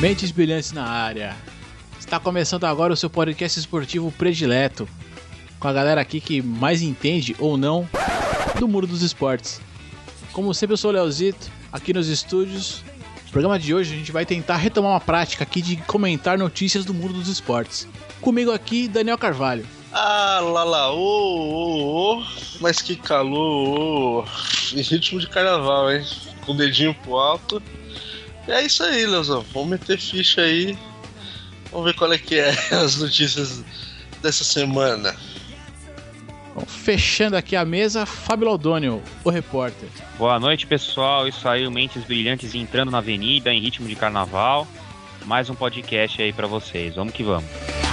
Mentes brilhantes na área. Está começando agora o seu podcast esportivo predileto, com a galera aqui que mais entende ou não do mundo dos esportes. Como sempre, eu sou o Leozito, aqui nos estúdios. No programa de hoje a gente vai tentar retomar uma prática aqui de comentar notícias do mundo dos esportes. Comigo aqui, Daniel Carvalho. Ah, lá, mas que calor, em ritmo de carnaval, hein? Com o dedinho pro alto. E é isso aí, Leozão, vamos meter ficha aí. Vamos ver qual é que é as notícias dessa semana. Bom, fechando aqui a mesa, Fábio Laudônio, o repórter. Boa noite, pessoal, isso aí, o Mentes Brilhantes entrando na avenida em ritmo de carnaval. Mais um podcast aí pra vocês, vamos que vamos.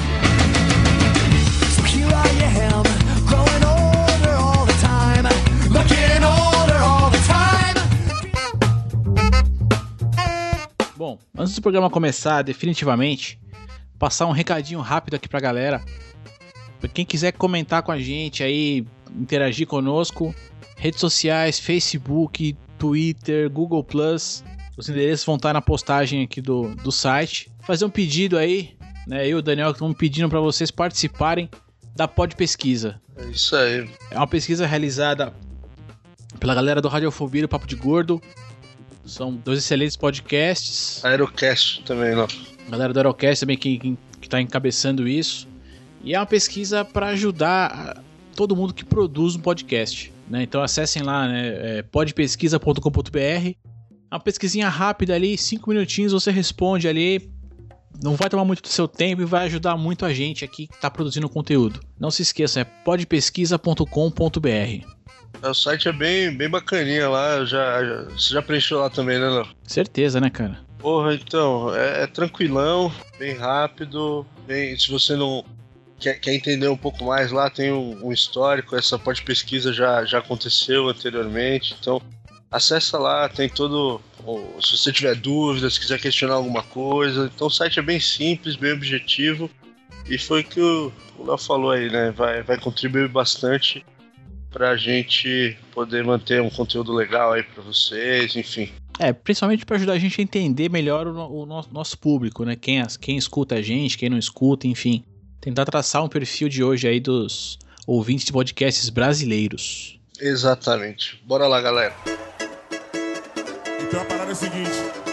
Bom, antes do programa começar definitivamente, passar um recadinho rápido aqui pra galera. Pra quem quiser comentar com a gente aí, interagir conosco, redes sociais, Facebook, Twitter, Google+, os endereços vão estar na postagem aqui do site. Fazer um pedido aí, né? Eu e o Daniel estamos pedindo para vocês participarem da Pod Pesquisa. É isso aí. É uma pesquisa realizada pela galera do Radiofobia e do Papo de Gordo. São dois excelentes podcasts. Aerocast também, não. A galera do Aerocast também que tá encabeçando isso. E é uma pesquisa para ajudar todo mundo que produz um podcast, né? Então acessem lá, né, podpesquisa.com.br. É uma pesquisinha rápida ali, 5 minutinhos você responde ali. Não vai tomar muito do seu tempo e vai ajudar muito a gente aqui que está produzindo conteúdo. Não se esqueça, é podpesquisa.com.br. O site é bem bacaninha lá, você já preencheu lá também, né, não? Certeza, né, cara? Porra, então, é tranquilão, bem rápido, se você não quer entender um pouco mais, lá tem um histórico, essa Podpesquisa já aconteceu anteriormente, então acessa lá, tem todo... Se você tiver dúvidas, se quiser questionar alguma coisa, então o site é bem simples, bem objetivo, e foi o que o Léo falou aí, né, vai contribuir bastante pra gente poder manter um conteúdo legal aí pra vocês, enfim. Principalmente pra ajudar a gente a entender melhor o nosso público, né, quem escuta a gente, quem não escuta, enfim. Tentar traçar um perfil de hoje aí dos ouvintes de podcasts brasileiros. Exatamente. Bora lá, galera. Então a parada é a seguinte: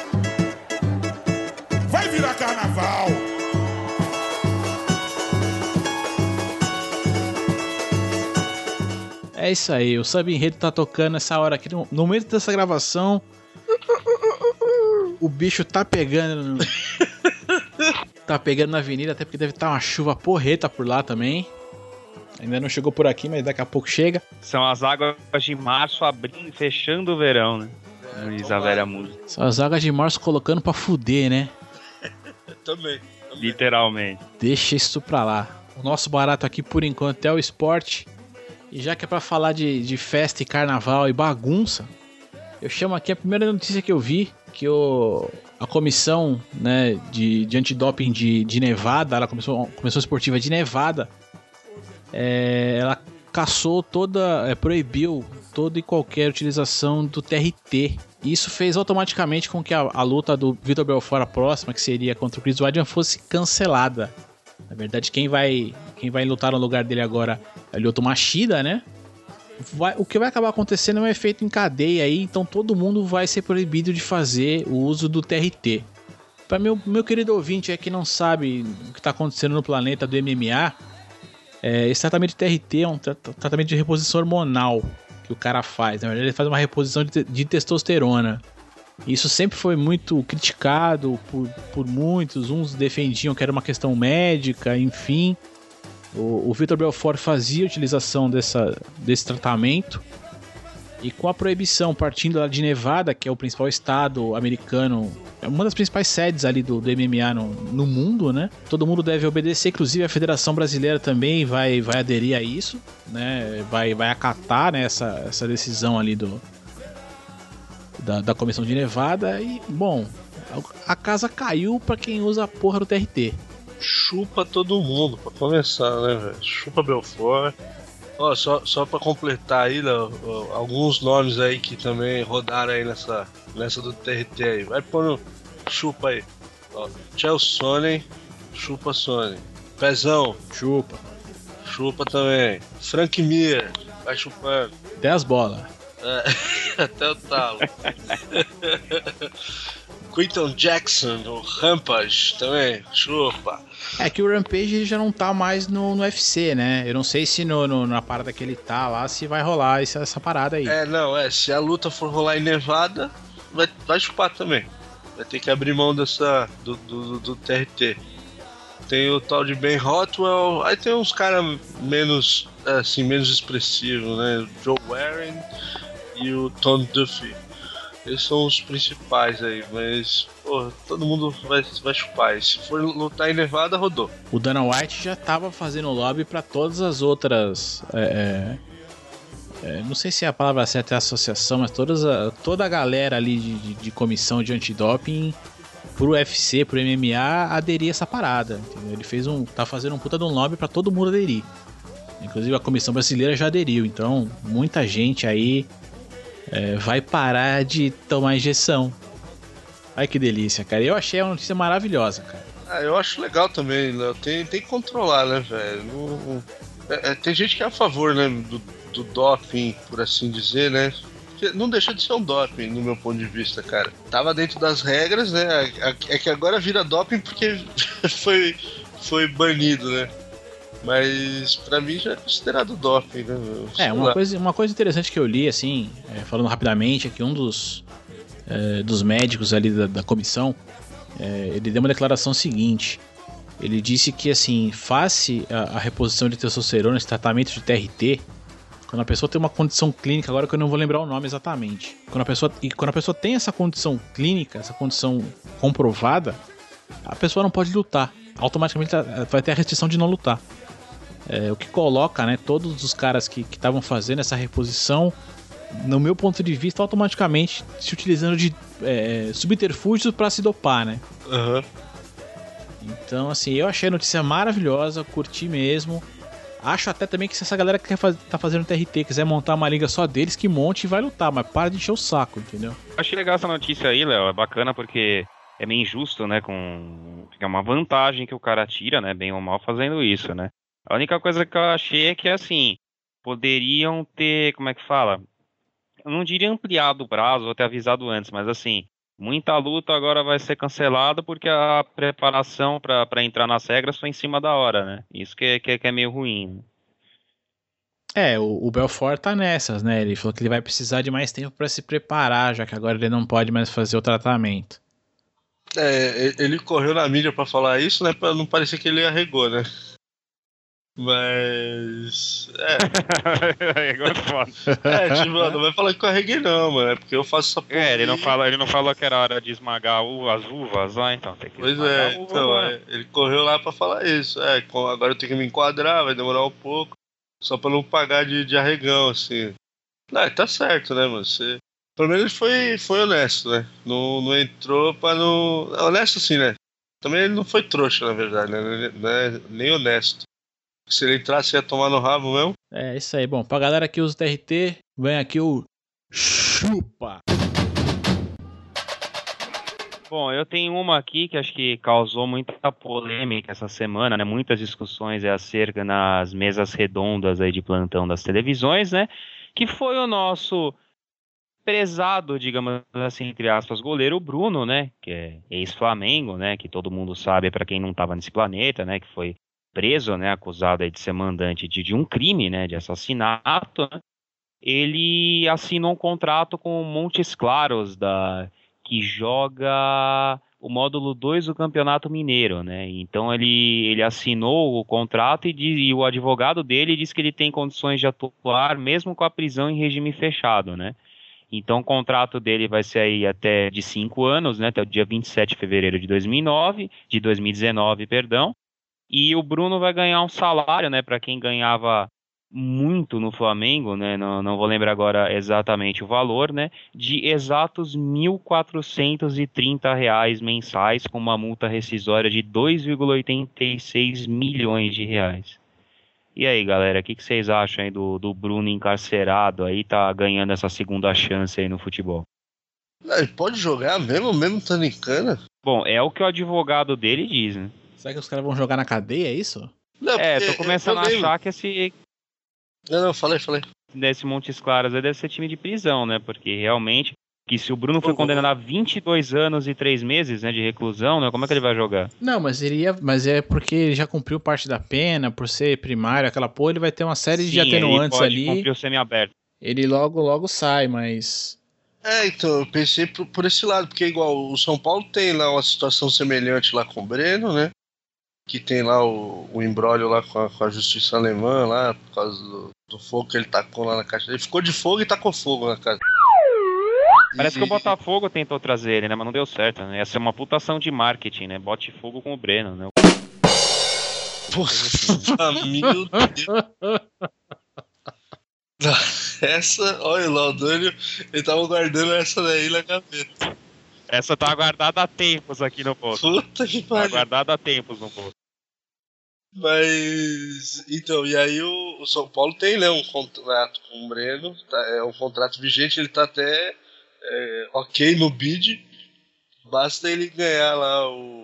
vai virar carnaval. É isso aí, o Samba Enredo tá tocando essa hora aqui. No momento dessa gravação, o bicho tá pegando tá pegando na avenida, até porque deve estar uma chuva porreta por lá também. Ainda não chegou por aqui, mas daqui a pouco chega. São as águas de março abrindo e fechando o verão, né? Diz a velha música. São as águas de março colocando pra fuder, né? Também. Literalmente. Deixa isso pra lá. O nosso barato aqui, por enquanto, é o esporte. E já que é pra falar de festa e carnaval e bagunça, eu chamo aqui a primeira notícia que eu vi, que a comissão, né, de antidoping de Nevada, a comissão esportiva de Nevada, ela cassou proibiu toda e qualquer utilização do TRT. E isso fez automaticamente com que a luta do Vitor Belfort, a próxima, que seria contra o Chris Weidman, fosse cancelada. Na verdade, quem vai lutar no lugar dele agora é o Lyoto Machida, né? O que vai acabar acontecendo é um efeito em cadeia aí, então todo mundo vai ser proibido de fazer o uso do TRT. Para meu querido ouvinte que não sabe o que está acontecendo no planeta do MMA, esse tratamento de TRT é um tratamento de reposição hormonal que o cara faz. Na verdade, ele faz uma reposição de testosterona. Isso sempre foi muito criticado por muitos. Uns defendiam que era uma questão médica, enfim. O Vitor Belfort fazia utilização desse tratamento. E com a proibição partindo lá de Nevada, que é o principal estado americano, é uma das principais sedes ali do MMA no mundo, né? Todo mundo deve obedecer, inclusive a Federação Brasileira também vai aderir a isso, né? Vai acatar, né, essa decisão ali da Comissão de Nevada. E, bom, a casa caiu pra quem usa a porra do TRT. Chupa todo mundo, pra começar, né, velho? Chupa Belfort. Ó, só pra completar aí, Léo, alguns nomes aí que também rodaram aí nessa do TRT aí. Vai pôr no chupa aí. Ó, Chael Sonnen, chupa Sonnen. Pezão, Chupa. chupa também. Frank Mir, vai chupando. 10 bolas. Até o talo. Quinton Jackson, o Rampage também, chupa. É que o Rampage ele já não tá mais no UFC, né? Eu não sei se na parada que ele tá lá, se vai rolar essa parada aí. Se a luta for rolar em Nevada, vai chupar também. Vai ter que abrir mão do TRT. Tem o tal de Ben Rothwell, aí tem uns caras menos expressivos, né? O Joe Warren e o Tom Duffy. Eles são os principais aí, mas todo mundo vai chupar. E se for lutar em Nevada, rodou. O Dana White já tava fazendo lobby pra todas as outras. Não sei se a palavra certa é associação, mas toda a galera ali de comissão de antidoping pro UFC, pro MMA, aderir a essa parada. Entendeu? Ele tá fazendo um puta de um lobby pra todo mundo aderir. Inclusive a comissão brasileira já aderiu, então muita gente aí vai parar de tomar injeção. Ai que delícia, cara. Eu achei a notícia maravilhosa, cara. Eu acho legal também, Léo. Tem que controlar, né, velho? Tem gente que é a favor, né, do doping, por assim dizer, né? Não deixa de ser um doping, no meu ponto de vista, cara. Tava dentro das regras, né? É que agora vira doping porque foi banido, né? Mas pra mim já é considerado doping, né? Uma coisa interessante que eu li, assim, falando rapidamente, é que um dos médicos ali da comissão, ele deu uma declaração seguinte. Ele disse que, assim, face a reposição de testosterona, esse tratamento de TRT, quando a pessoa tem uma condição clínica, agora que eu não vou lembrar o nome exatamente, quando a pessoa tem essa condição clínica, essa condição comprovada, a pessoa não pode lutar. Automaticamente vai ter a restrição de não lutar. O que coloca, né, todos os caras que estavam fazendo essa reposição, no meu ponto de vista, automaticamente se utilizando de subterfúgios para se dopar, né? Uhum. Então, assim, eu achei a notícia maravilhosa, curti mesmo. Acho até também que se essa galera que tá fazendo TRT quiser montar uma liga só deles, que monte e vai lutar, mas para de encher o saco, entendeu? Achei legal essa notícia aí, Léo, é bacana porque é meio injusto, né, é uma vantagem que o cara tira, né, bem ou mal fazendo isso, né. A única coisa que eu achei é que, assim, poderiam ter, como é que fala? Eu não diria ampliado o prazo ou ter avisado antes, mas assim, muita luta agora vai ser cancelada porque a preparação para entrar nas regras foi em cima da hora, né? Isso que é meio ruim. O Belfort tá nessas, né? Ele falou que ele vai precisar de mais tempo para se preparar, já que agora ele não pode mais fazer o tratamento. Ele correu na mídia pra falar isso, né? Pra não parecer que ele arregou, né? Mas. Agora é foda. Não vai falar que eu arreguei, não, mano. É porque eu faço essa porra. Ele não falou que era hora de esmagar as uvas, ó, então tem que pois esmagar a uva, então, ele correu lá pra falar isso. Agora eu tenho que me enquadrar, vai demorar um pouco. Só pra não pagar de arregão, assim. Não, tá certo, né, mano? Pelo menos ele foi honesto, né? Não entrou pra não. Honesto assim, né? Também ele não foi trouxa, na verdade, né? Nem honesto. Se ele entrasse, ia tomar no rabo mesmo. É, isso aí. Bom, pra galera que usa o TRT, vem aqui o chupa. Bom, eu tenho uma aqui que acho que causou muita polêmica essa semana, né? Muitas discussões acerca nas mesas redondas aí de plantão das televisões, né? Que foi o nosso prezado, digamos assim, entre aspas, goleiro Bruno, né? Que é ex-Flamengo, né? Que todo mundo sabe, para quem não estava nesse planeta, né? Que foi preso, né, acusado aí de ser mandante de um crime, né, de assassinato, né? Ele assinou um contrato com o Montes Claros, que joga o módulo 2 do Campeonato Mineiro, né? Então ele assinou o contrato e o advogado dele diz que ele tem condições de atuar mesmo com a prisão em regime fechado, né? Então o contrato dele vai ser aí até de 5 anos, né, até o dia 27 de fevereiro de 2019, perdão. E o Bruno vai ganhar um salário, né, para quem ganhava muito no Flamengo, né, não vou lembrar agora exatamente o valor, né, de exatos R$ 1.430 mensais, com uma multa rescisória de 2,86 milhões de reais. E aí, galera, o que vocês acham aí do Bruno encarcerado aí, tá ganhando essa segunda chance aí no futebol? Não, ele pode jogar mesmo estando em cana? Bom, é o que o advogado dele diz, né? Será que os caras vão jogar na cadeia, é isso? Não, Tô começando a achar que esse Não, falei. desse Montes Claros aí deve ser time de prisão, né? Porque realmente, que se o Bruno foi condenado a 22 anos e 3 meses, né, de reclusão, né? Como é que ele vai jogar? Não, mas é porque ele já cumpriu parte da pena, por ser primário, aquela porra, ele vai ter uma série de atenuantes ele pode ali. cumprir o semiaberto. Ele logo sai, mas... Então, eu pensei por esse lado, porque igual o São Paulo tem lá uma situação semelhante lá com o Breno, né? Que tem lá o imbróglio lá com a justiça alemã lá, por causa do fogo que ele tacou lá na caixa. Ele ficou de fogo e tacou fogo na casa. Parece que o Botafogo tentou trazer ele, né? Mas não deu certo, né? Ia ser uma putação de marketing, né? Bote fogo com o Breno, né? Porra, meu Deus. Essa, olha lá, o Dânio, ele tava guardando essa daí na gaveta. Essa tá guardada há tempos aqui no posto. Puta que Tá pariu. guardada há tempos no posto. Mas, então, e aí o São Paulo tem, né, um contrato com o Breno, é um contrato vigente, ele tá até ok no bid, basta ele ganhar lá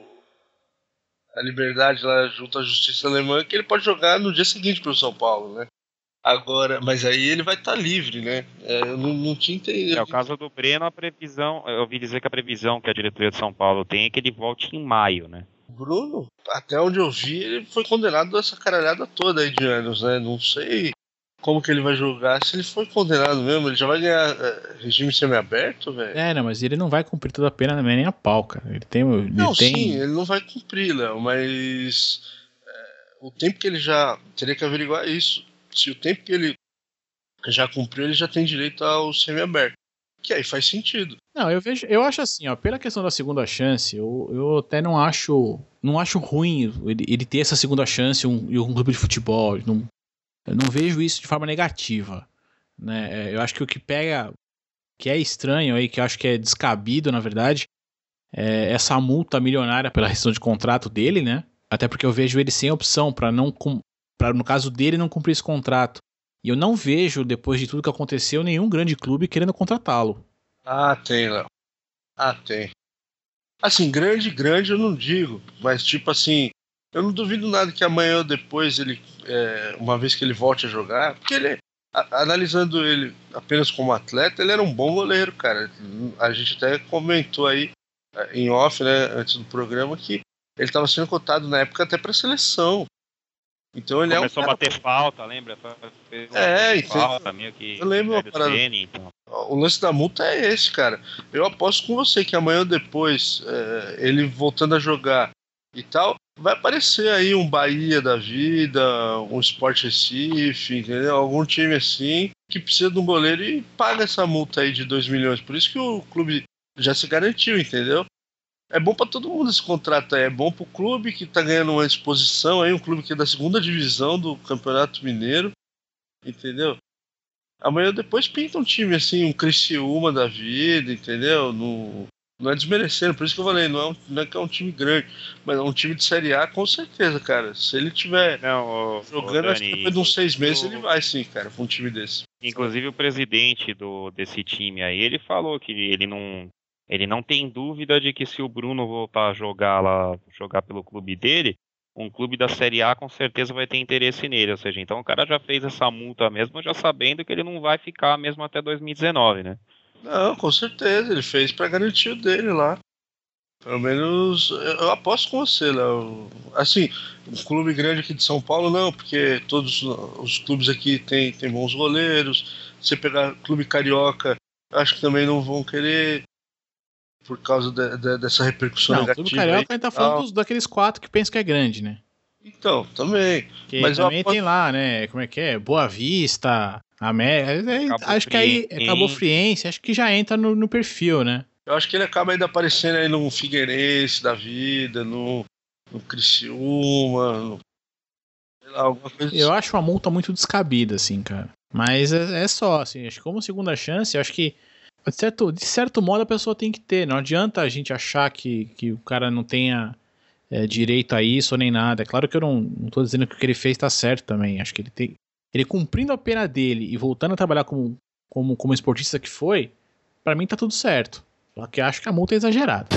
a liberdade lá junto à justiça alemã, que ele pode jogar no dia seguinte pro São Paulo, né? Agora, mas aí ele vai estar livre, né? Eu não tinha entendido. É o caso do Breno, a previsão, eu ouvi dizer que a previsão que a diretoria de São Paulo tem é que ele volte em maio, né? Bruno, até onde eu vi, ele foi condenado a essa caralhada toda aí de anos, né? Não sei como que ele vai jogar. Se ele foi condenado mesmo, ele já vai ganhar regime semiaberto, velho? Não, mas ele não vai cumprir toda a pena nem a pau, cara. Sim, ele não vai cumprir, Léo, mas o tempo que ele já... Teria que averiguar isso. Se o tempo que ele já cumpriu, ele já tem direito ao semiaberto. Que aí faz sentido. Não, eu acho assim, ó, pela questão da segunda chance, eu até não acho ruim ele ter essa segunda chance e um clube de futebol. Eu não vejo isso de forma negativa, né? Eu acho que o que pega, que é estranho aí, que eu acho que é descabido, na verdade, é essa multa milionária pela rescisão de contrato dele, né? Até porque eu vejo ele sem opção para no caso dele, não cumprir esse contrato. E eu não vejo, depois de tudo que aconteceu, nenhum grande clube querendo contratá-lo. Ah, tem, Léo. Tem. Assim, grande eu não digo, mas tipo assim, eu não duvido nada que amanhã ou depois ele, uma vez que ele volte a jogar, porque ele, analisando ele apenas como atleta, ele era um bom goleiro, cara. A gente até comentou aí em off, né, antes do programa, que ele estava sendo cotado na época até para seleção. Então ele começou a bater falta, lembra? Falta, meio que eu lembro uma parada. Então. O lance da multa é esse, cara. Eu aposto com você que amanhã ou depois, ele voltando a jogar e tal, vai aparecer aí um Bahia da vida, um Sport Recife, entendeu? Algum time assim que precisa de um goleiro e paga essa multa aí de 2 milhões. Por isso que o clube já se garantiu, entendeu? É bom pra todo mundo esse contrato aí. É bom pro clube que tá ganhando uma exposição aí, um clube que é da segunda divisão do Campeonato Mineiro, entendeu? Amanhã depois pinta um time assim, um Criciúma da vida, entendeu? Não é desmerecendo, por isso que eu falei, não é que é um time grande, mas é um time de Série A com certeza, cara. Se ele tiver jogando, acho que depois de uns 6 meses ele vai sim, cara, pra um time desse. Inclusive o presidente desse time aí, ele falou que ele não tem dúvida de que se o Bruno voltar a jogar pelo clube dele, um clube da Série A com certeza vai ter interesse nele. Ou seja, então o cara já fez essa multa mesmo, já sabendo que ele não vai ficar mesmo até 2019, né? Não, com certeza, ele fez pra garantir o dele lá. Pelo menos, eu aposto com você, Léo. Assim, um clube grande aqui de São Paulo não, porque todos os clubes aqui tem bons goleiros. Se você pegar clube carioca, acho que também não vão querer, por causa dessa repercussão negativa. O clube carioca a gente tá falando daqueles 4 que pensam que é grande, né? Então, também. Que mas também tem lá, né? Como é que é? Boa Vista, América. Acho que aí é Cabo Friense, acho que já entra no perfil, né? Eu acho que ele acaba ainda aparecendo aí no Figueirense da vida, no Criciúma, sei lá, alguma coisa assim. Eu acho uma multa muito descabida, assim, cara. Mas é só, assim, acho que como segunda chance, acho que de certo modo a pessoa tem que ter. Não adianta a gente achar que o cara não tenha direito a isso nem nada. É claro que eu não tô dizendo que o que ele fez tá certo também. Acho que ele cumprindo a pena dele e voltando a trabalhar como esportista que foi, pra mim tá tudo certo. Só que eu acho que a multa é exagerada.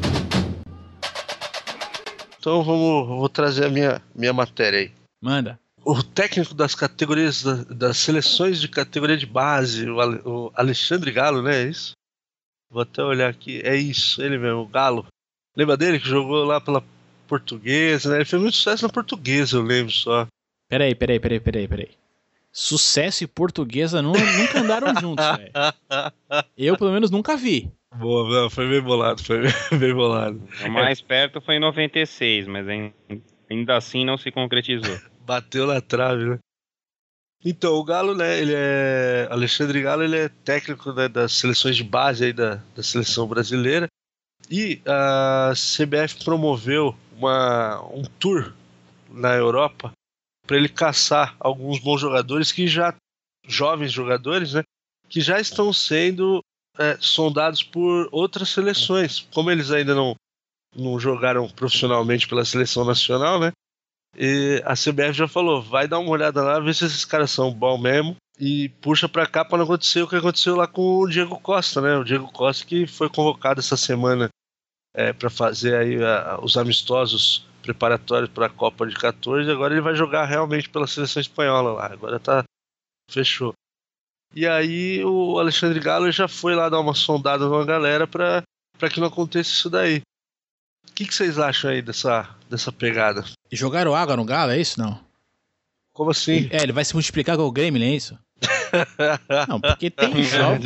Então vou trazer a minha matéria aí. Manda. O técnico das categorias, das seleções de categoria de base, o Alexandre Galo, né? É isso? Vou até olhar aqui. É isso, ele mesmo, o Galo. Lembra dele que jogou lá pela Portuguesa, né? Ele fez muito sucesso na Portuguesa, eu lembro só. Peraí. Sucesso e Portuguesa nunca andaram juntos, velho. Eu, pelo menos, nunca vi. Boa, não, foi bem bolado, bem bolado. O mais perto foi em 96, mas ainda assim não se concretizou. Bateu na trave, né? Então, o Galo, né, Alexandre Galo, ele é técnico, né, das seleções de base aí da seleção brasileira. E a CBF promoveu um tour na Europa para ele caçar alguns bons jogadores jovens jogadores, né, que já estão sendo sondados por outras seleções. Como eles ainda não jogaram profissionalmente pela seleção nacional, né? E a CBF já falou, vai dar uma olhada lá, ver se esses caras são bons mesmo e puxa pra cá pra não acontecer o que aconteceu lá com o Diego Costa, né? O Diego Costa que foi convocado essa semana pra fazer aí os amistosos preparatórios para a Copa de 14, agora ele vai jogar realmente pela seleção espanhola lá, agora fechou. E aí o Alexandre Galo já foi lá dar uma sondada numa galera pra que não aconteça isso daí. O que vocês acham aí dessa pegada? Jogaram água no Galo, é isso? Não? Como assim? Ele vai se multiplicar com o Grêmio, é isso? Não, porque tem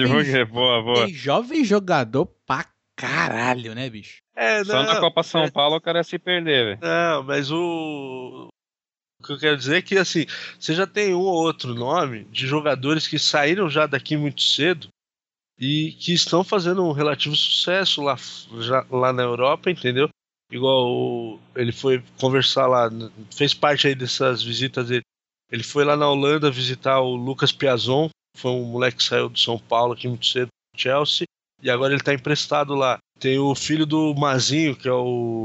jovem jogador pra caralho, né, bicho? Só na Copa São Paulo o cara ia se perder, velho. Não, mas o que eu quero dizer é que, assim, você já tem um ou outro nome de jogadores que saíram já daqui muito cedo e que estão fazendo um relativo sucesso lá na Europa, entendeu? Igual ele foi conversar lá, fez parte aí dessas visitas dele. Ele foi lá na Holanda visitar o Lucas Piazon, foi um moleque que saiu do São Paulo aqui muito cedo, do Chelsea, e agora ele tá emprestado lá. Tem o filho do Mazinho, que é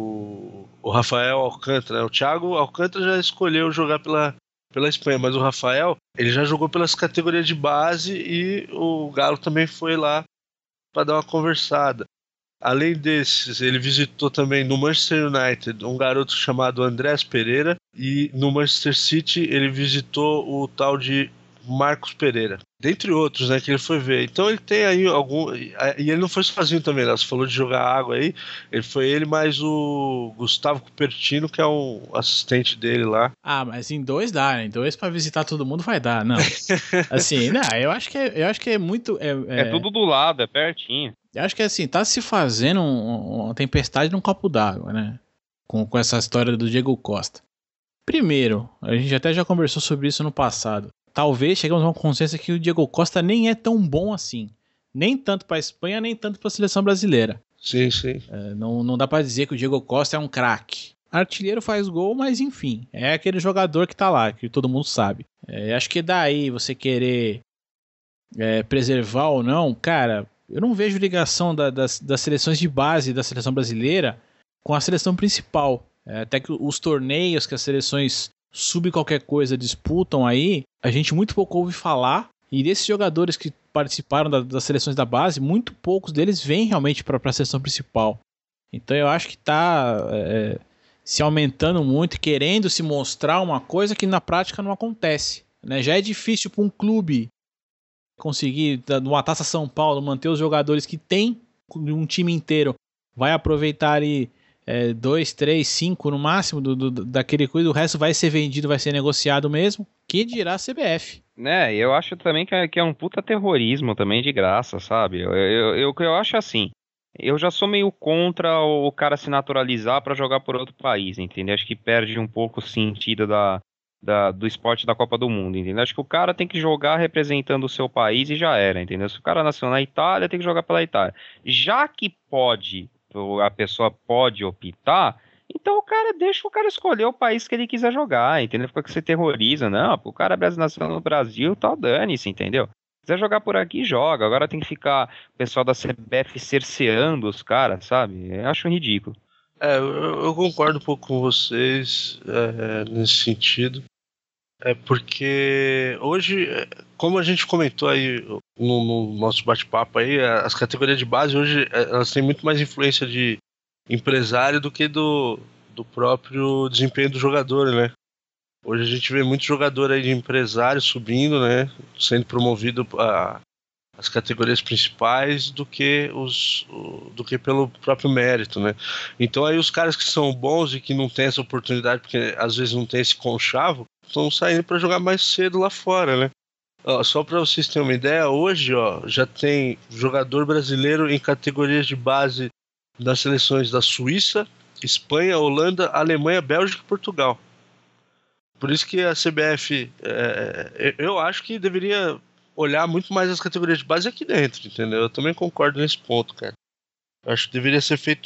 o Rafael Alcântara, né? O Thiago Alcântara já escolheu jogar pela Espanha, mas o Rafael, ele já jogou pelas categorias de base e o Galo também foi lá para dar uma conversada. Além desses, ele visitou também no Manchester United um garoto chamado Andrés Pereira e no Manchester City ele visitou o tal de Marcos Pereira, dentre outros, né, que ele foi ver. Então ele tem aí e ele não foi sozinho também, né? Você falou de jogar água aí, ele mais o Gustavo Cupertino, que é um assistente dele lá. Ah, mas em 2 dá, né? Em 2 pra visitar todo mundo vai dar, não. Assim, não, eu acho que é muito... É tudo do lado, é pertinho. Eu acho que assim, tá se fazendo uma tempestade num copo d'água, né? Com essa história do Diego Costa. Primeiro, a gente até já conversou sobre isso no passado. Talvez chegamos a uma consciência que o Diego Costa nem é tão bom assim. Nem tanto pra Espanha, nem tanto pra seleção brasileira. Sim, sim. Não dá pra dizer que o Diego Costa é um craque. Artilheiro faz gol, mas enfim, é aquele jogador que tá lá, que todo mundo sabe. Acho que daí você querer preservar ou não, cara, eu não vejo ligação das seleções de base da seleção brasileira com a seleção principal. Até que os torneios que as seleções sub qualquer coisa disputam aí, a gente muito pouco ouve falar, e desses jogadores que participaram das seleções da base, muito poucos deles vêm realmente para a seleção principal. Então eu acho que está se aumentando muito e querendo se mostrar uma coisa que na prática não acontece, né? Já é difícil para um clube conseguir, numa Taça São Paulo, manter os jogadores que tem um time inteiro, vai aproveitar ali 2, 3, 5 no máximo daquele coisa, o resto vai ser vendido, vai ser negociado mesmo, que dirá a CBF. Né, eu acho também que é um puta terrorismo também de graça, sabe? Eu acho assim, eu já sou meio contra o cara se naturalizar pra jogar por outro país, entendeu? Acho que perde um pouco o sentido do esporte da Copa do Mundo, entendeu? Acho que o cara tem que jogar representando o seu país e já era, entendeu? Se o cara nasceu na Itália, tem que jogar pela Itália. Já que a pessoa pode optar, então deixa o cara escolher o país que ele quiser jogar, entendeu? Fica que você terroriza, não, o cara nasceu no Brasil, tal, dane-se, entendeu? Se quiser jogar por aqui, joga, agora tem que ficar o pessoal da CBF cerceando os caras, sabe? Eu acho ridículo. Eu concordo um pouco com vocês nesse sentido. É porque hoje, como a gente comentou aí no nosso bate-papo aí, as categorias de base hoje elas têm muito mais influência de empresário do que do próprio desempenho do jogador, né? Hoje a gente vê muito jogador aí de empresário subindo, né? Sendo promovido as categorias principais do que pelo próprio mérito, né? Então aí os caras que são bons e que não têm essa oportunidade, porque às vezes não tem esse conchavo, estão saindo para jogar mais cedo lá fora, né? Ó, só para vocês terem uma ideia, hoje já tem jogador brasileiro em categorias de base das seleções da Suíça, Espanha, Holanda, Alemanha, Bélgica e Portugal. Por isso que a CBF, eu acho que deveria olhar muito mais as categorias de base aqui dentro, entendeu? Eu também concordo nesse ponto, cara. Eu acho que deveria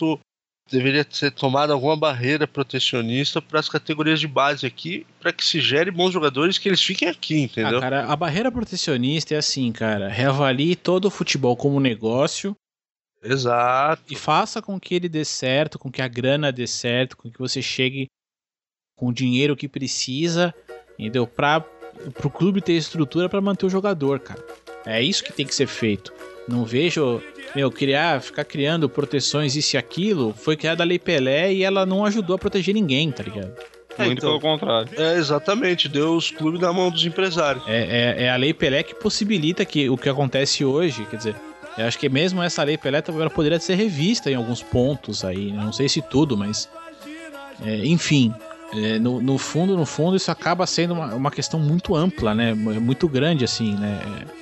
ser tomada alguma barreira protecionista para as categorias de base aqui, para que se gere bons jogadores que eles fiquem aqui, entendeu? Cara, a barreira protecionista é assim, cara, reavalie todo o futebol como negócio. Exato. E faça com que ele dê certo, com que a grana dê certo, com que você chegue com o dinheiro que precisa, entendeu? Pro clube ter estrutura para manter o jogador, cara. É isso que tem que ser feito. Não vejo, ficar criando proteções, isso e aquilo. Foi criada a Lei Pelé e ela não ajudou a proteger ninguém, tá ligado? Muito pelo contrário. Exatamente, deu os clubes na mão dos empresários. É a Lei Pelé que possibilita que o que acontece hoje, quer dizer, eu acho que mesmo essa Lei Pelé ela poderia ser revista em alguns pontos aí, né? Não sei se tudo, mas enfim, no fundo isso acaba sendo uma questão muito ampla, né? Muito grande assim, né?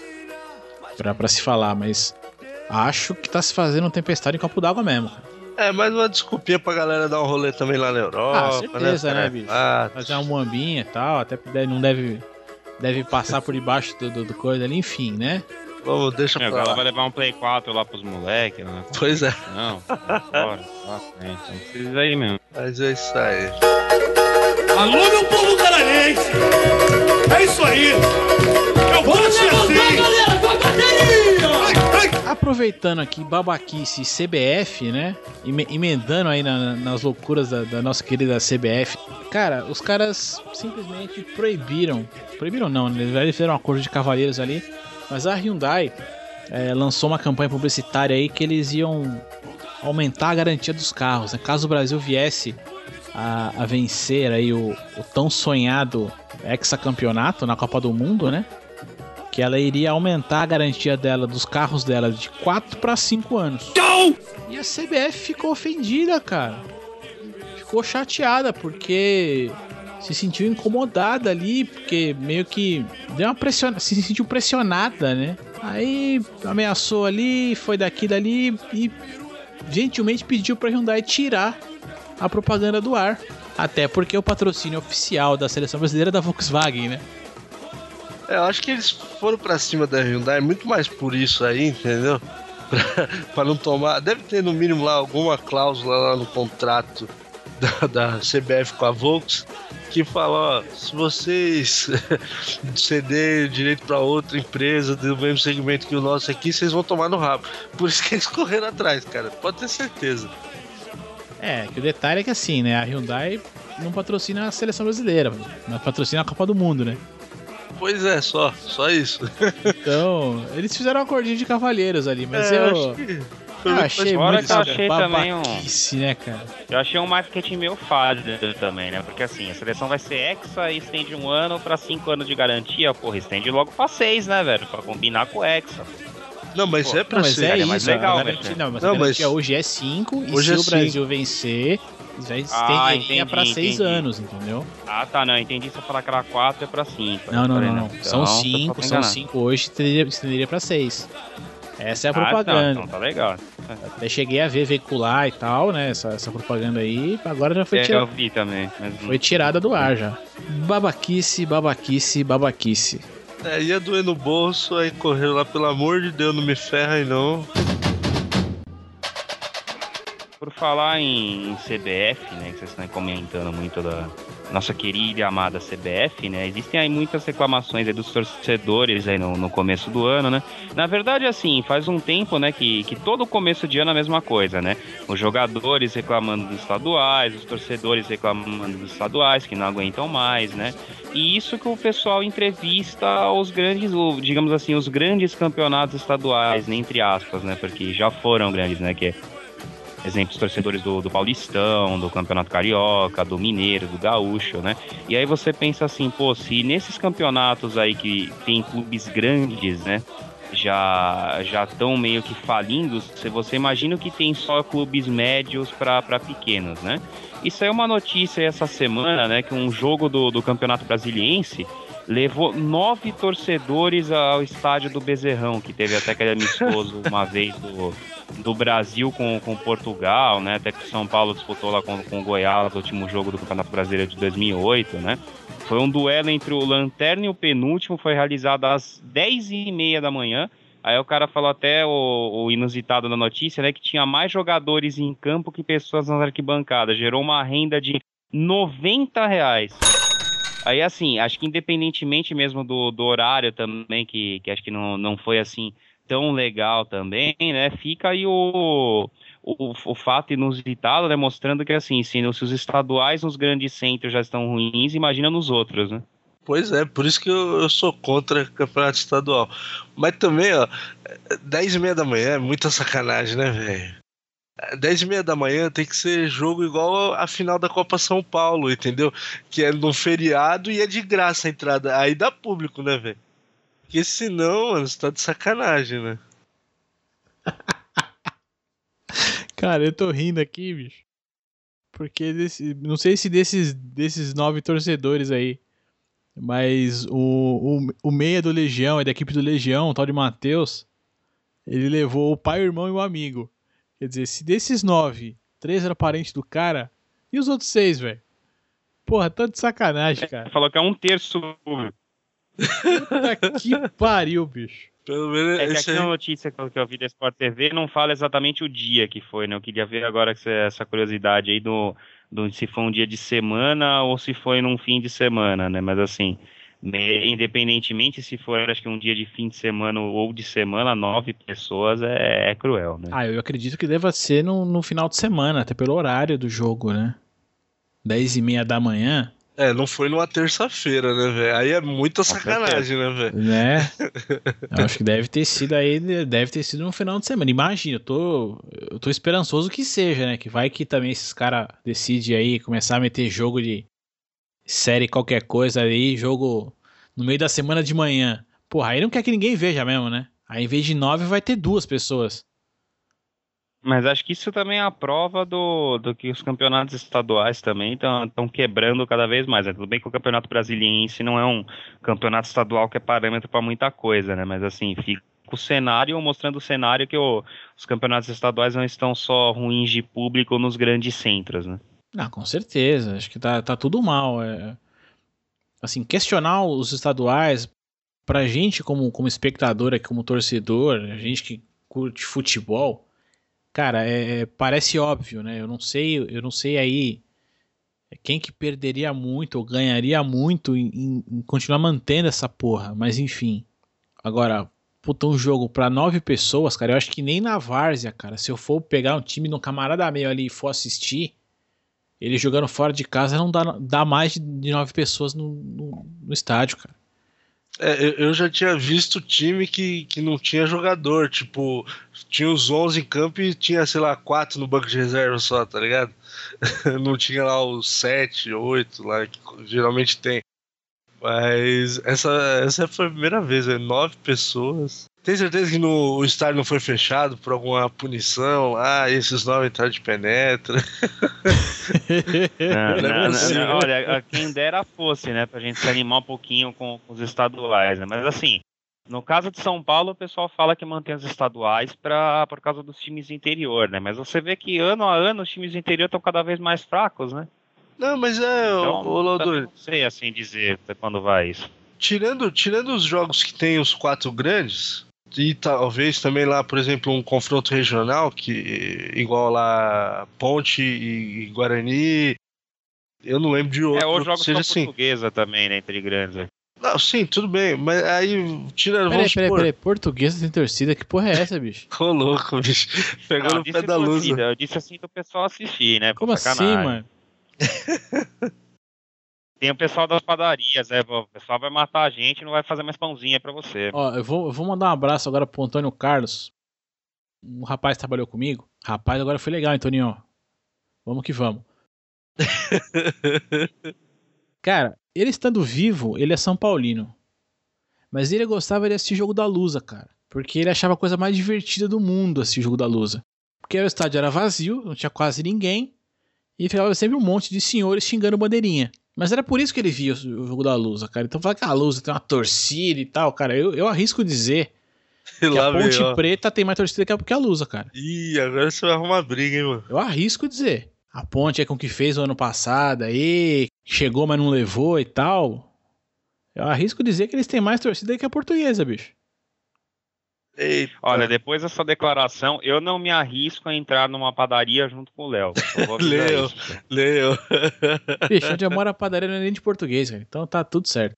Pra se falar, mas acho que tá se fazendo uma tempestade em copo d'água mesmo, cara. Mais uma desculpinha pra galera dar um rolê também lá na Europa. Certeza, né, bicho? Fazer uma muambinha e tal, até não deve passar por debaixo do coisa ali, enfim, né? Vamos, deixa pra lá. Ela vai levar um Play 4 lá pros moleques, né? Pois é. Não, fora, não precisa aí mesmo. Mas é isso aí. Alô, meu povo canadense! É isso aí! Eu vou ser assim! Galera, com a bateria! Aproveitando aqui babaquice CBF, né? Emendando aí nas loucuras da nossa querida CBF. Cara, os caras simplesmente proibiram não, eles fizeram um acordo de cavalheiros ali, mas a Hyundai lançou uma campanha publicitária aí que eles iam aumentar a garantia dos carros, né? Caso o Brasil viesse a vencer aí o tão sonhado hexacampeonato na Copa do Mundo, né? Que ela iria aumentar a garantia dela, dos carros dela, de 4 para 5 anos. E a CBF ficou ofendida, cara. Ficou chateada, porque se sentiu incomodada ali, porque meio que deu uma se sentiu pressionada, né? Aí ameaçou ali, foi daqui dali e gentilmente pediu pra Hyundai tirar a propaganda do ar. Até porque o patrocínio oficial da seleção brasileira é da Volkswagen, né? Eu acho que eles foram pra cima da Hyundai muito mais por isso aí, entendeu? Pra não tomar... Deve ter no mínimo lá alguma cláusula lá no contrato da CBF com a Volks que fala, ó, se vocês ceder direito pra outra empresa do mesmo segmento que o nosso aqui, vocês vão tomar no rabo. Por isso que eles correram atrás, cara. Pode ter certeza. Que o detalhe é que assim, né? A Hyundai não patrocina a seleção brasileira, mas patrocina a Copa do Mundo, né? Pois é, só isso. Então, eles fizeram um acordinho de cavalheiros ali, mas eu achei muito babaquice, né, cara? Eu achei um marketing meio falho também, né? Porque assim, a seleção vai ser Hexa e estende 1 ano pra 5 anos de garantia. Porra, estende logo pra 6, né, velho? Pra combinar com o Hexa. Não, mas é pra ser. É mais legal, velho. Mas a garantia hoje é 5 e se o Brasil vencer, já estenderia pra 6 anos, entendeu? Ah, tá, não, entendi você falar que era 4 é pra 5. Não. São 5 hoje, estenderia pra 6. Essa é a propaganda. Então tá legal. Até cheguei a ver veicular e tal, né? Essa propaganda aí, agora já foi tirada. Eu vi também. Mas... Foi tirada do ar já. Babaquice. Ia doer no bolso, aí correu lá, pelo amor de Deus, não me ferra aí não. Por falar em CBF, né, que vocês estão comentando muito nossa querida e amada CBF, né? Existem aí muitas reclamações aí dos torcedores aí no começo do ano, né? Na verdade, assim, faz um tempo, né, que todo começo de ano é a mesma coisa, né? Os jogadores reclamando dos estaduais, os torcedores reclamando dos estaduais, que não aguentam mais, né? E isso que o pessoal entrevista os grandes, digamos assim, os grandes campeonatos estaduais, né, entre aspas, né? Porque já foram grandes, né? Que exemplos, torcedores do Paulistão, do Campeonato Carioca, do Mineiro, do Gaúcho, né? E aí você pensa assim, pô, se nesses campeonatos aí que tem clubes grandes, né, já estão meio que falindo, se você imagina que tem só clubes médios para pequenos, né? Isso aí é uma notícia essa semana, né, que um jogo do Campeonato Brasiliense levou 9 torcedores ao estádio do Bezerrão, que teve até aquele amistoso uma vez do Brasil com Portugal, né? Até que o São Paulo disputou lá com o Goiás, o último jogo do Campeonato Brasileiro de 2008, né? Foi um duelo entre o lanterna e o penúltimo, foi realizado às 10h30 da manhã. Aí o cara falou até o inusitado da notícia, né? Que tinha mais jogadores em campo que pessoas nas arquibancadas. Gerou uma renda de R$90. Aí, assim, acho que independentemente mesmo do horário também, que acho que não foi, assim, tão legal também, né? Fica aí o fato inusitado, né? Mostrando que, assim, se os estaduais nos grandes centros já estão ruins, imagina nos outros, né? Pois é, por isso que eu sou contra campeonato estadual. Mas também, ó, 10h30 da manhã é muita sacanagem, né, velho? 10h30 da manhã tem que ser jogo igual a final da Copa São Paulo, entendeu? Que é num feriado e é de graça a entrada. Aí dá público, né, velho? Porque senão, mano, você tá de sacanagem, né? Cara, eu tô rindo aqui, bicho. Porque não sei se desses 9 torcedores aí, mas o meia do Legião, é da equipe do Legião, o tal de Matheus, ele levou o pai, o irmão e o amigo. Quer dizer, se desses 9, 3 eram parentes do cara, e os outros 6, velho? Porra, tá de sacanagem, cara. Falou que é 1/3. Puta que pariu, bicho. Pelo menos É que aqui na notícia que eu vi da Sport TV não fala exatamente o dia que foi, né? Eu queria ver agora essa curiosidade aí do se foi um dia de semana ou se foi num fim de semana, né? Mas assim, independentemente se for, acho que um dia de fim de semana ou de semana, 9 pessoas é cruel, né? Ah, eu acredito que deva ser no final de semana, até pelo horário do jogo, né? 10h30 da manhã. não foi numa terça-feira, né, velho? Aí é muita sacanagem, né, velho? Né? Eu acho que deve ter sido no final de semana. Imagina, eu tô esperançoso que seja, né? Que vai que também esses caras decidem aí começar a meter jogo de série qualquer coisa aí, jogo no meio da semana de manhã. Porra, aí não quer que ninguém veja mesmo, né? Aí em vez de 9 vai ter 2 pessoas. Mas acho que isso também é a prova do que os campeonatos estaduais também estão quebrando cada vez mais, né? Tudo bem que o Campeonato Brasiliense não é um campeonato estadual que é parâmetro para muita coisa, né? Mas assim, fica o cenário, mostrando o cenário que os campeonatos estaduais não estão só ruins de público nos grandes centros, né? Ah, com certeza. Acho que tá tudo mal. Assim, questionar os estaduais, pra gente como espectador, como torcedor, a gente que curte futebol, cara, parece óbvio, né? Eu não sei aí quem que perderia muito ou ganharia muito em continuar mantendo essa porra, mas enfim. Agora, puta, um jogo pra 9 pessoas, cara, eu acho que nem na várzea, cara, se eu for pegar um time no camarada meu ali e for assistir, ele jogando fora de casa não dá mais de 9 pessoas no estádio, cara. Eu já tinha visto time que não tinha jogador, tipo, tinha os 11 em campo e tinha, sei lá, 4 no banco de reserva só, tá ligado? Não tinha lá os 7, 8 lá, que geralmente tem. Mas essa foi a primeira vez, 9 pessoas. Tem certeza que o estádio não foi fechado por alguma punição? Esses 9 entraram de penetra. Não, olha, quem dera fosse, né, pra gente se animar um pouquinho com os estaduais, né? Mas assim, no caso de São Paulo, o pessoal fala que mantém os estaduais por causa dos times do interior, né? Mas você vê que ano a ano os times do interior estão cada vez mais fracos, né? Não, mas então, Lodor, não sei assim dizer quando vai isso. Tirando os jogos que tem os 4 grandes, e talvez também lá, por exemplo, um confronto regional, que igual lá Ponte e Guarani, Eu não lembro de outro. Ou jogos seja com assim. portuguesa também, né, entre grandes. Não, sim, tudo bem, mas aí tira. Peraí, portuguesa tem torcida, que porra é essa, bicho? Ô, louco, bicho. Pegou no pé da luz. Eu disse assim pro pessoal assistir, né? Como assim, mano? Tem o pessoal das padarias, né? O pessoal vai matar a gente e não vai fazer mais pãozinho aí pra você. Ó, eu vou mandar um abraço agora pro Antônio Carlos. Um rapaz que trabalhou comigo. Rapaz, agora foi legal, hein, Toninho? Vamos que vamos. Cara, ele estando vivo, ele é São Paulino. Mas ele gostava de assistir Jogo da Lusa, cara. Porque ele achava a coisa mais divertida do mundo assistir Jogo da Lusa. Porque o estádio era vazio, não tinha quase ninguém. E ficava sempre um monte de senhores xingando bandeirinha. Mas era por isso que ele via o Jogo da Lusa, cara. Então falar que a Lusa tem uma torcida e tal, cara. Eu arrisco dizer que a Ponte Preta tem mais torcida que a Lusa, cara. Ih, agora você vai arrumar briga, hein, mano. Eu arrisco dizer. A Ponte é com o que fez o ano passado aí, chegou, mas não levou e tal. Eu arrisco dizer que eles têm mais torcida que a Portuguesa, bicho. Eita. Olha, depois dessa declaração, eu não me arrisco a entrar numa padaria junto com o Léo. Leo. Bicho, onde eu moro a padaria não é nem de português, cara. Então tá tudo certo.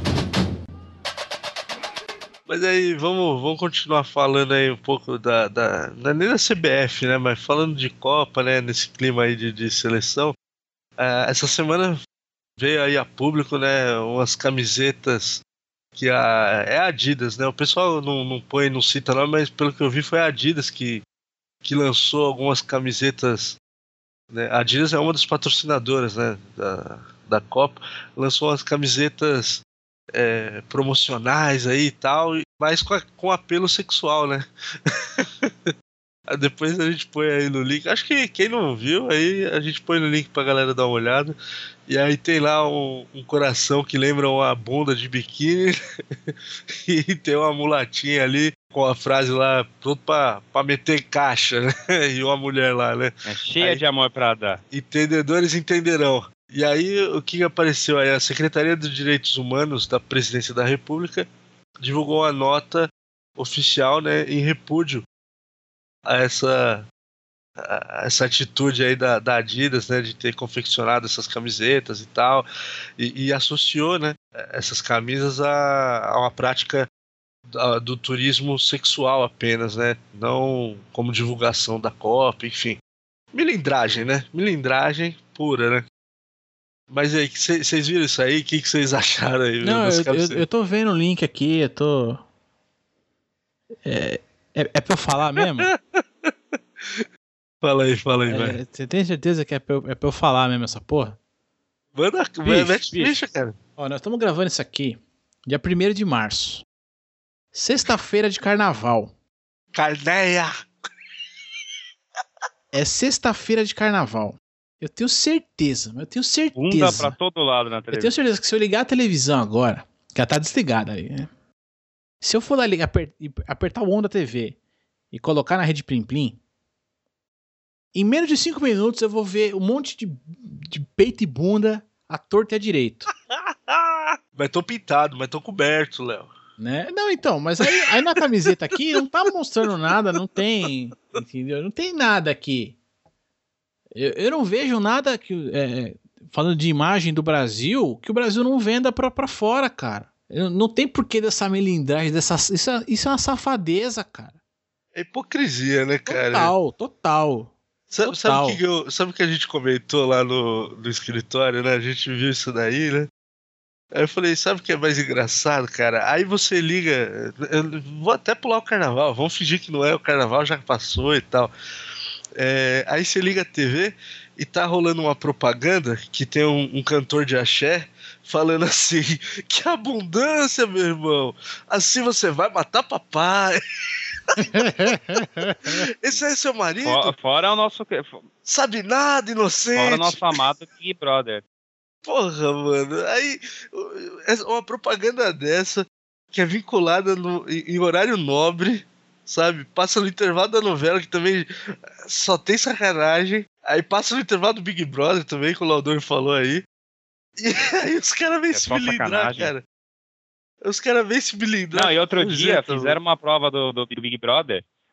Mas aí, vamos continuar falando aí um pouco não é nem da CBF, né? Mas falando de Copa, né? Nesse clima aí de seleção. Essa semana veio aí a público, né? Umas camisetas que é a Adidas, né? O pessoal não põe, não cita não, mas pelo que eu vi foi a Adidas que lançou algumas camisetas, né? A Adidas é uma das patrocinadoras, né? Da Copa. Lançou umas camisetas promocionais aí e tal, mas com apelo sexual, né? Depois a gente põe aí no link. Acho que quem não viu, aí a gente põe no link pra galera dar uma olhada. E aí tem lá um coração que lembra uma bunda de biquíni e tem uma mulatinha ali com a frase lá, pronto pra meter caixa, né? E uma mulher lá, né? Cheia de amor pra dar. Entendedores entenderão. E aí, o que apareceu aí? A Secretaria dos Direitos Humanos da Presidência da República divulgou uma nota oficial, né, em repúdio a essa atitude aí da Adidas, né, de ter confeccionado essas camisetas e tal, e associou, né, essas camisas a uma prática do turismo sexual apenas, né, não como divulgação da Copa, enfim. Milindragem, né? Milindragem pura, né? Mas aí, vocês viram isso aí? O que vocês acharam aí? Não, eu tô vendo o link aqui, eu tô... É pra eu falar mesmo? Fala aí, velho. Você tem certeza que é pra eu falar mesmo essa porra? Manda, bicho, cara. Ó, nós estamos gravando isso aqui dia 1º de março. Sexta-feira de carnaval. Carneia! É sexta-feira de carnaval. Eu tenho certeza. Bunda pra todo lado na televisão. Eu tenho certeza que se eu ligar a televisão agora, que ela tá desligada aí, né? Se eu for lá apertar o on da TV e colocar na rede Plim Plim, em menos de 5 minutos eu vou ver um monte de peito e bunda à torta e à direito. Mas tô pintado, mas tô coberto, Léo. Né? Não, então, mas aí na camiseta aqui não tá mostrando nada, não tem, entendeu? Não tem nada aqui. Eu não vejo nada que, falando de imagem do Brasil, que o Brasil não venda pra fora, cara. Não tem porquê dessa melindragem, isso é uma safadeza, cara. É hipocrisia, né, cara? Total. Sabe o que a gente comentou lá no escritório, né? A gente viu isso daí, né? Aí eu falei, sabe o que é mais engraçado, cara? Aí você liga, eu vou até pular o carnaval, vamos fingir que não é, o carnaval já passou e tal. Aí você liga a TV e tá rolando uma propaganda que tem um cantor de axé falando assim, que abundância, meu irmão, assim você vai matar papai. Esse é seu marido? Fora o nosso... Sabe nada, inocente. Fora o nosso amado Big Brother. Porra, mano, aí uma propaganda dessa que é vinculada em horário nobre, sabe? Passa no intervalo da novela, que também só tem sacanagem. Aí passa no intervalo do Big Brother também, que o Laudor falou aí. E aí os caras vêm se milindrar, cara. Os caras vêm se milindrar. Não, e outro dia fizeram uma prova do Big Brother.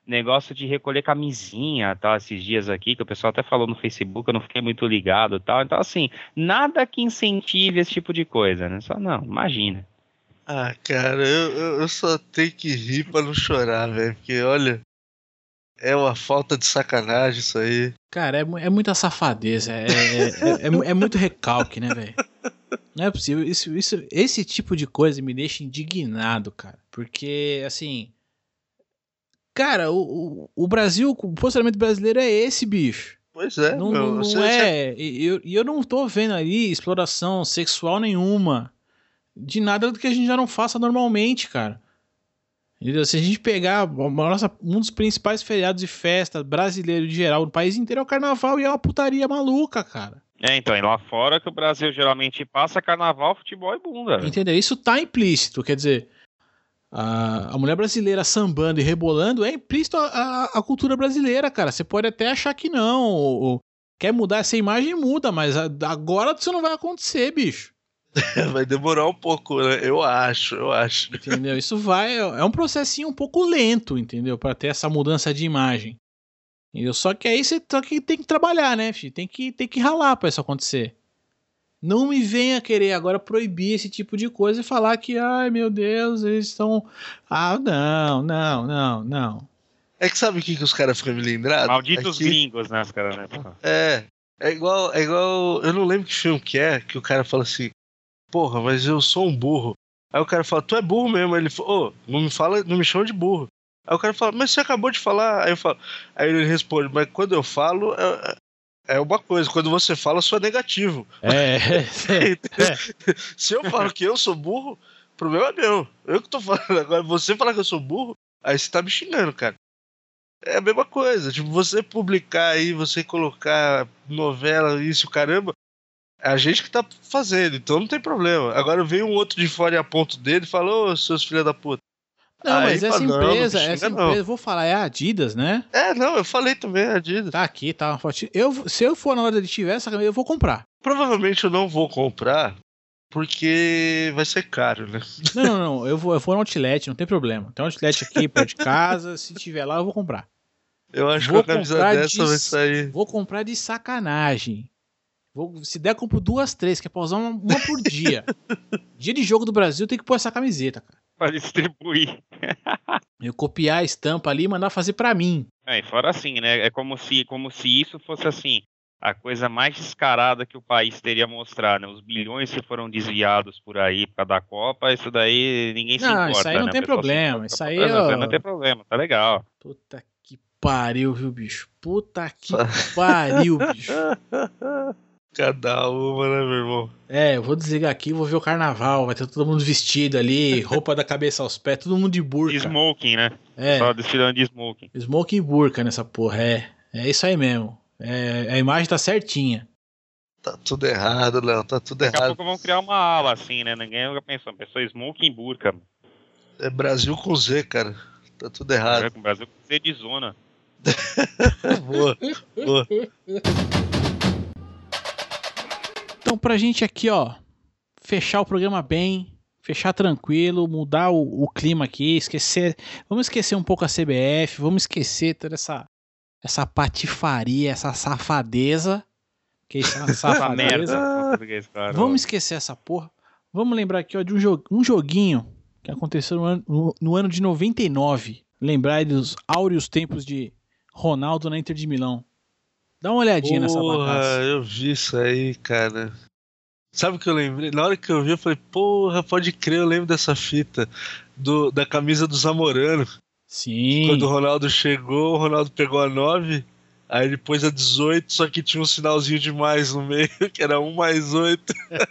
negócio de recolher camisinha, tal, esses dias aqui, que o pessoal até falou no Facebook, eu não fiquei muito ligado, tal. Então, assim, nada que incentive esse tipo de coisa, né? Só não, imagina. Ah, cara, eu só tenho que rir pra não chorar, velho. Porque, olha, é uma falta de sacanagem isso aí. Cara, é muita safadeza. É muito recalque, né, velho? Não é possível. Esse tipo de coisa me deixa indignado, cara. Porque, assim... Cara, o Brasil, o posicionamento brasileiro é esse, bicho. Pois é, Não, meu. não é... E eu não tô vendo ali exploração sexual nenhuma. De nada do que a gente já não faça normalmente, cara. Entendeu? Se a gente pegar um dos principais feriados e festas brasileiros de geral no país inteiro é o carnaval e é uma putaria maluca, cara. Então, e lá fora que o Brasil geralmente passa carnaval, futebol e bunda. Véio. Entendeu? Isso tá implícito, quer dizer, a mulher brasileira sambando e rebolando é implícito a cultura brasileira, cara. Você pode até achar que não, ou quer mudar essa imagem, muda, mas agora isso não vai acontecer, bicho. Vai demorar um pouco, né? Eu acho. Entendeu? Isso é um processinho um pouco lento, entendeu? Pra ter essa mudança de imagem. Entendeu? Só que aí você tem que trabalhar, né, filho? Tem que ralar pra isso acontecer. Não me venha querer agora proibir esse tipo de coisa e falar que, ai meu Deus, eles estão... Ah, não. É que sabe o que os caras ficam me lembrando? Malditos gringos, né, os caras, né? É igual... Eu não lembro que filme que é, que o cara fala assim, porra, mas eu sou um burro. Aí o cara fala, tu é burro mesmo. Aí ele fala, não me chama de burro. Aí o cara fala, mas você acabou de falar. Aí ele responde, mas quando eu falo, é uma coisa. Quando você fala, sou negativo. Se eu falo que eu sou burro, o problema é meu. Eu que tô falando. Agora, você falar que eu sou burro, aí você tá me xingando, cara. É a mesma coisa. Tipo, você publicar aí, você colocar novela, isso, caramba. É a gente que tá fazendo, então não tem problema. Agora vem um outro de fora e aponta dele e fala, ô, seus filhos da puta. Não, aí, mas essa empresa, eu vou falar, é a Adidas, né? Não, eu falei também, é a Adidas. Tá aqui, tá uma fotinha. Se eu for na hora de tiver essa camisa, eu vou comprar. Provavelmente eu não vou comprar, porque vai ser caro, né? Não, eu vou no outlet, não tem problema. Tem um outlet aqui perto de casa, se tiver lá eu vou comprar. Eu acho que a camisa dessa vai sair. Vou comprar de sacanagem. Se der, compro 2, 3, que é pra usar uma por dia. Dia de jogo do Brasil tem que pôr essa camiseta, cara. Pra distribuir. Eu copiar a estampa ali e mandar fazer pra mim. E fora assim, né? É como se isso fosse assim, a coisa mais descarada que o país teria a mostrar, né? Os bilhões que foram desviados por aí por causa da Copa, isso daí ninguém se importa. Isso aí não né? tem problema. Isso aí não tem problema, tá legal. Puta que pariu, viu, bicho? Puta que pariu, bicho. Cada uma, né, meu irmão? Eu vou desligar aqui e vou ver o carnaval. Vai ter todo mundo vestido ali, roupa da cabeça aos pés, todo mundo de burca. Smoking, né? Só desfilando de smoking. Smoking e burca nessa porra, é isso aí mesmo. A imagem tá certinha. Tá tudo errado, Léo, tá tudo errado. Daqui a pouco vão criar uma ala assim, né? Ninguém nunca pensou, pessoa smoking e burca. É Brasil com Z, cara. Tá tudo errado. Com Brasil com Z de zona. Boa. Então, pra gente aqui, ó, fechar o programa bem, fechar tranquilo, mudar o clima aqui, vamos esquecer um pouco a CBF, vamos esquecer toda essa patifaria, essa safadeza, que isso é uma safadeza. Vamos esquecer essa porra. Vamos lembrar aqui, ó, de um joguinho que aconteceu no ano de 99. Lembrar aí dos áureos tempos de Ronaldo na Inter de Milão. Dá uma olhadinha nessa bagaça. Eu vi isso aí, cara. Sabe o que eu lembrei? Na hora que eu vi, eu falei, porra, pode crer, eu lembro dessa fita da camisa do Zamorano. Sim. Quando o Ronaldo chegou, o Ronaldo pegou a 9, aí ele pôs a 18, só que tinha um sinalzinho de mais no meio, que era 1 mais 8.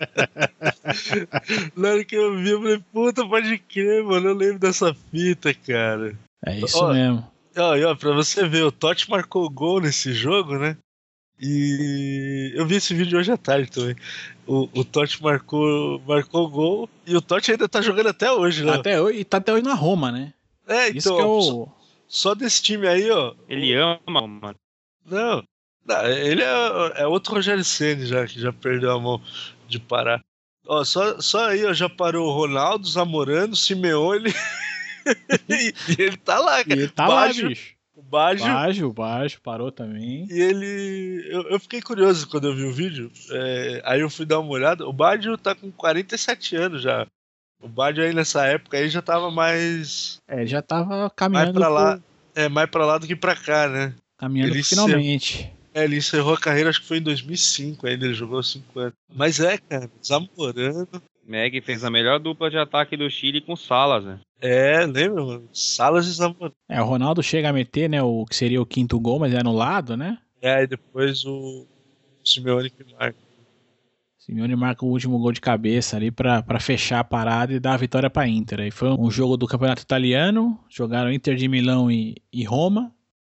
Na hora que eu vi, eu falei, puta, pode crer, mano, eu lembro dessa fita, cara. É isso mesmo. Ó, pra você ver, o Totti marcou gol nesse jogo, né? E eu vi esse vídeo hoje à tarde também. O Totti marcou gol e o Totti ainda tá jogando até hoje, né? Tá até hoje na Roma, né? Então, isso que é o... só desse time aí, ó. Ele ama, mano. Não, ele é outro Rogério Ceni já, que já perdeu a mão de parar. Ó, só aí, ó, já parou o Ronaldo, Zamorano, Simeone e ele tá lá, cara. Ele tá lá, bicho. Baggio. O Baggio parou também. E ele... Eu fiquei curioso quando eu vi o vídeo. Aí eu fui dar uma olhada. O Baggio tá com 47 anos já. O Baggio aí nessa época aí já tava mais... Já tava caminhando... mais pra lá do que pra cá, né? Caminhando finalmente. Ele encerrou a carreira, acho que foi em 2005 ainda, ele jogou 5 anos. Mas cara, Zamorano... Meg fez a melhor dupla de ataque do Chile com Salas, né? Lembra, mano? Salas e Zamorano. O Ronaldo chega a meter, né, o que seria o 5º gol, mas é anulado, né? E depois o Simeone que marca. Simeone marca o último gol de cabeça ali pra fechar a parada e dar a vitória pra Inter. Aí foi um jogo do Campeonato Italiano, jogaram Inter de Milão e Roma.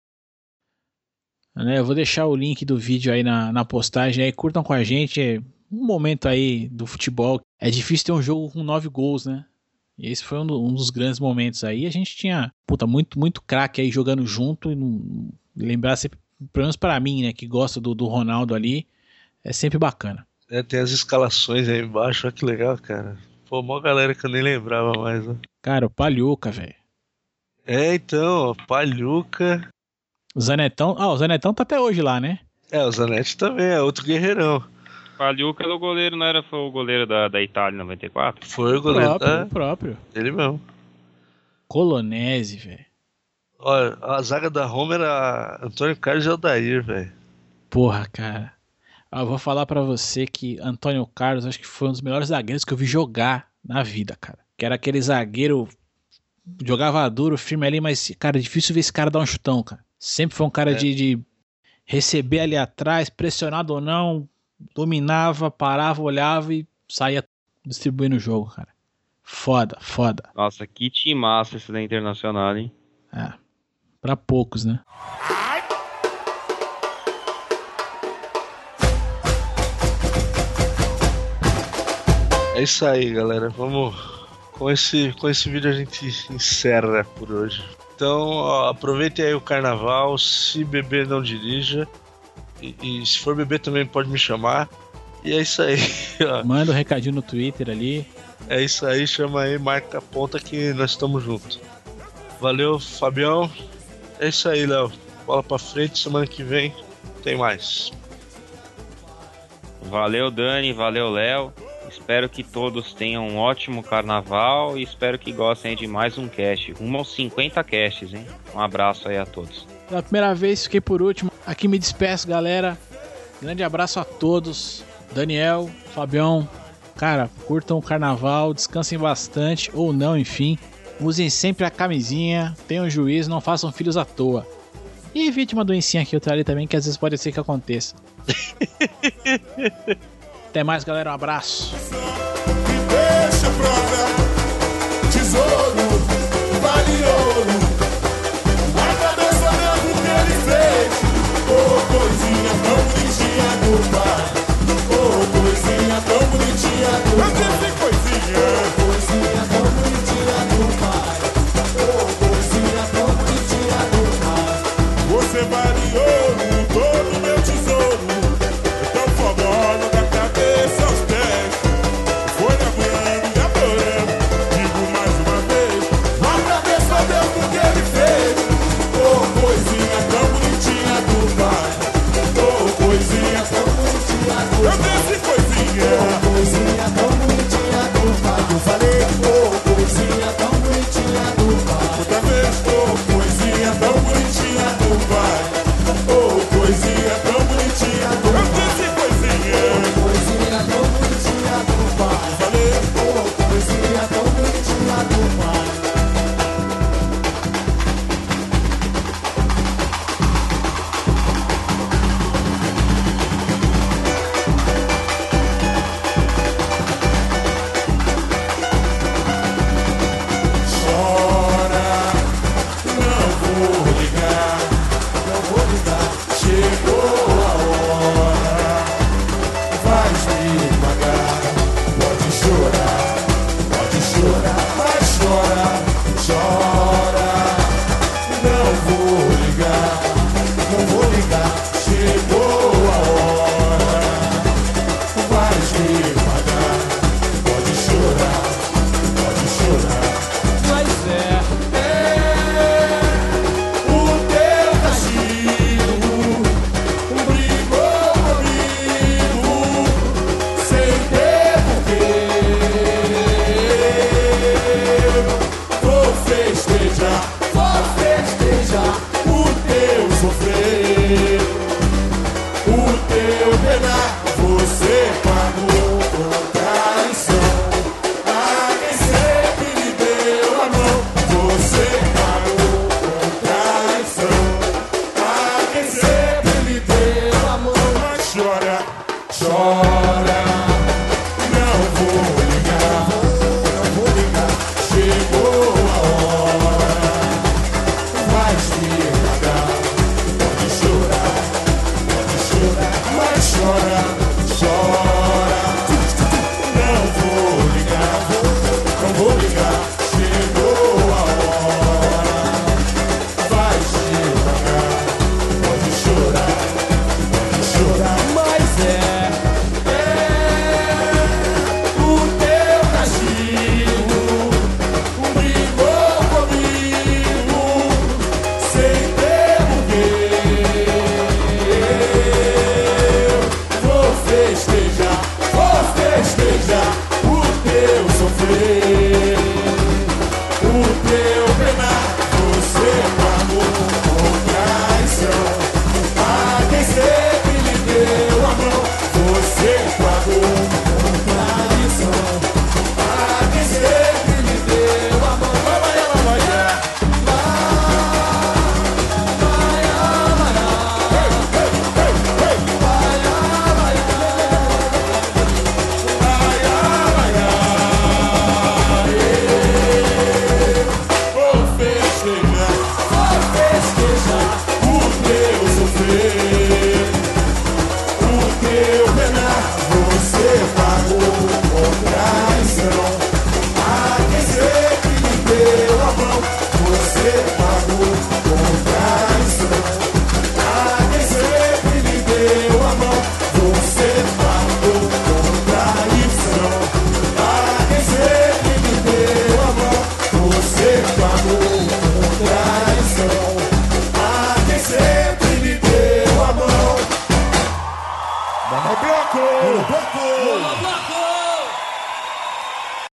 Eu vou deixar o link do vídeo aí na postagem, aí curtam com a gente, um momento aí do futebol. É difícil ter um jogo com 9 gols, né? E esse foi um dos grandes momentos aí. A gente tinha, muito craque aí jogando junto. E lembrar sempre, pelo menos pra mim, né, que gosta do Ronaldo ali, é sempre bacana. Tem as escalações aí embaixo, olha que legal, cara. Pô, mó galera que eu nem lembrava mais, ó. Cara, o Pagliuca, velho. Então, Pagliuca. O Zanetão tá até hoje lá, né? O Zanetti também, é outro guerreirão. Pagliuca era o goleiro, não era? Foi o goleiro da Itália em 94? Foi o goleiro. O próprio. Ele mesmo. Colonese, velho. Olha, a zaga da Roma era Antônio Carlos e Aldair, velho. Porra, cara. Eu vou falar pra você que Antônio Carlos acho que foi um dos melhores zagueiros que eu vi jogar na vida, cara. Que era aquele zagueiro, jogava duro, firme ali, mas, cara, difícil ver esse cara dar um chutão, cara. Sempre foi um cara de receber ali atrás, pressionado ou não, dominava, parava, olhava e saía distribuindo o jogo, cara. Foda. Nossa, que timaço esse da Internacional, hein? Pra poucos, né? É isso aí, galera. Vamos... Com esse vídeo a gente encerra por hoje. Então, aproveitem aí o carnaval. Se beber, não dirija. E se for beber também pode me chamar. E é isso aí. Manda um recadinho no Twitter ali. É isso aí, chama aí, marca a ponta que nós estamos juntos. Valeu, Fabião. É isso aí, Léo. Bola pra frente, semana que vem tem mais. Valeu, Dani. Valeu, Léo. Espero que todos tenham um ótimo carnaval e espero que gostem de mais um cast. Rumo aos 50 casts, hein? Um abraço aí a todos. Pela primeira vez, fiquei por último. Aqui me despeço, galera. Grande abraço a todos. Daniel, Fabião. Cara, curtam o carnaval, descansem bastante, ou não, enfim. Usem sempre a camisinha, tenham juízo, não façam filhos à toa. E evite uma doencinha aqui outra ali também, que às vezes pode ser que aconteça. Até mais, galera. Um abraço. Deixa prova, tesouro, vale ouro. A cabeça mesmo que ele fez. Coisinha tão bonitinha do pai. Coisinha tão bonitinha do pai. Coisinha tão bonitinha do pai. Coisinha tão bonitinha do pai. Você vale ouro, todo meu tesouro. É tão fogosa da cabeça aos pés. Foi na grande, adorando. Monobloco!